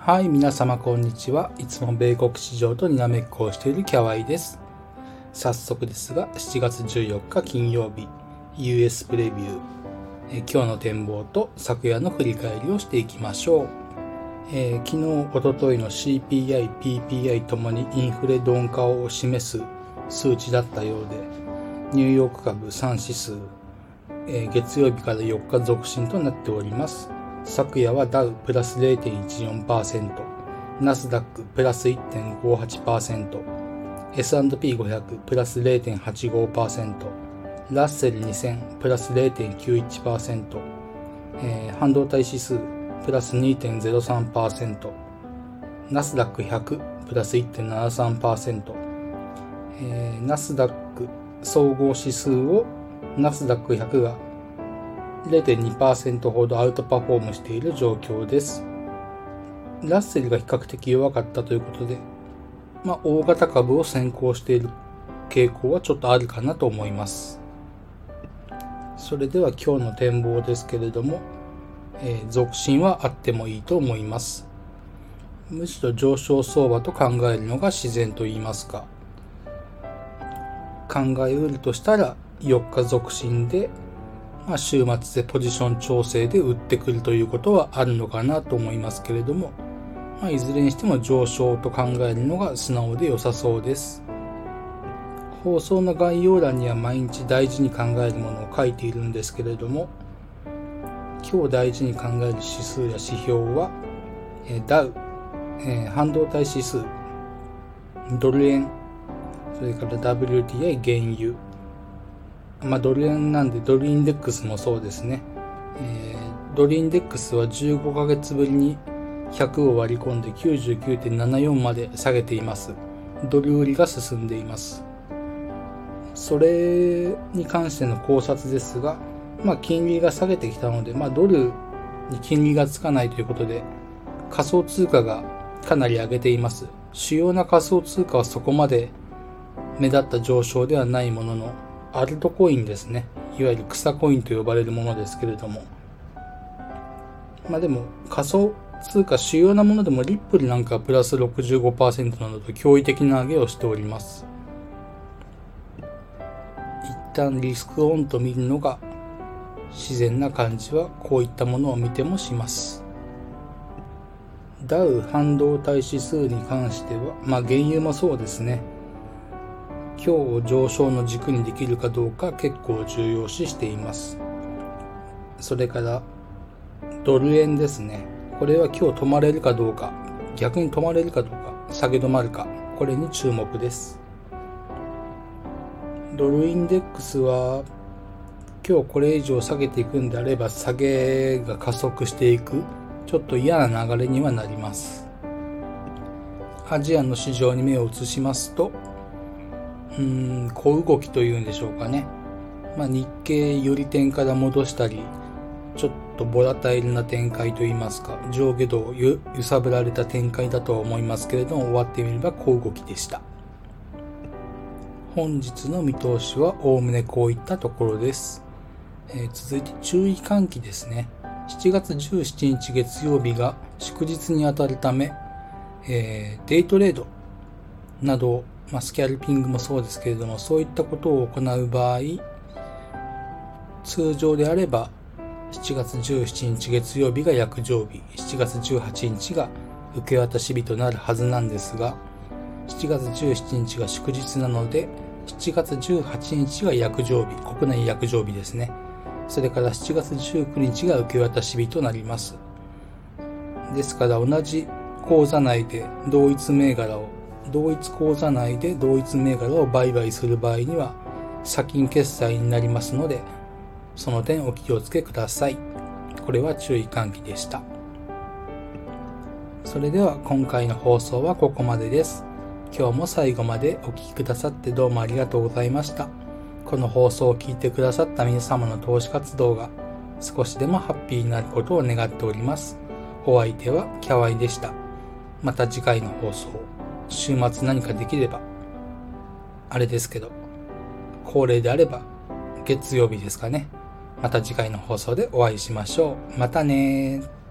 はい、皆様こんにちは。いつも米国市場とにらめっこをしているキャワイです。早速ですが、7月14日金曜日、US プレビュー、今日の展望と昨夜の振り返りをしていきましょう。昨日、おとといの CPI、PPI ともにインフレ鈍化を示す数値だったようで、ニューヨーク株3指数、月曜日から4日続伸となっております。昨夜はダウプラス 0.14%、ナスダックプラス 1.58%、S&P500 プラス 0.85%、ラッセル2000プラス 0.91%、半導体指数プラス 2.03%、ナスダック100プラス 1.73%、ナスダック総合指数をナスダック100が 0.2% ほどアウトパフォームしている状況です。ラッセルが比較的弱かったということで、大型株を先行している傾向はちょっとあるかなと思います。それでは今日の展望ですけれども、続伸はあってもいいと思います。むしろ上昇相場と考えるのが自然と言いますか、考えうるとしたら4日続伸で、週末でポジション調整で売ってくるということはあるのかなと思いますけれども、いずれにしても上昇と考えるのが素直で良さそうです。放送の概要欄には毎日大事に考えるものを書いているんですけれども、今日大事に考える指数や指標は、ダウ、半導体指数、ドル円、それから WTI 原油、ドル円なんでドルインデックスもそうですね。ドルインデックスは15ヶ月ぶりに100を割り込んで 99.74 まで下げています。ドル売りが進んでいます。それに関しての考察ですが、金利が下げてきたので、ドルに金利がつかないということで、仮想通貨がかなり上げています。主要な仮想通貨はそこまで目立った上昇ではないものの、アルトコインですね。いわゆる草コインと呼ばれるものですけれども。でも仮想通貨主要なものでもリップルなんかはプラス 65% などと驚異的な上げをしております。一旦リスクオンと見るのが自然な感じはこういったものを見てもします。ダウ半導体指数に関しては、原油もそうですね。今日上昇の軸にできるかどうか結構重要視しています。それからドル円ですね。これは今日止まれるかどうか、逆に止まれるかどうか、下げ止まるか、これに注目です。ドルインデックスは今日これ以上下げていくんであれば下げが加速していく、ちょっと嫌な流れにはなります。アジアの市場に目を移しますと、小動きというんでしょうかね。日経寄り点から戻したり、ちょっとボラタイルな展開といいますか、上下動を揺さぶられた展開だとは思いますけれども、終わってみれば小動きでした。本日の見通しはおおむねこういったところです。続いて注意喚起ですね。7月17日月曜日が祝日にあたるため、デイトレードなど、スキャルピングもそうですけれども、そういったことを行う場合、通常であれば7月17日月曜日が約定日、7月18日が受け渡し日となるはずなんですが、7月17日が祝日なので、7月18日が約定日、国内約定日ですね。それから7月19日が受け渡し日となります。ですから同じ口座内で同一口座内で同一銘柄を売買する場合には先金決済になりますので、その点お気をつけください。これは注意喚起でした。それでは今回の放送はここまでです。今日も最後までお聞きくださってどうもありがとうございました。この放送を聞いてくださった皆様の投資活動が少しでもハッピーになることを願っております。お相手はキャワイでした。また次回の放送、週末何かできれば、あれですけど、恒例であれば月曜日ですかね。また次回の放送でお会いしましょう。またねー。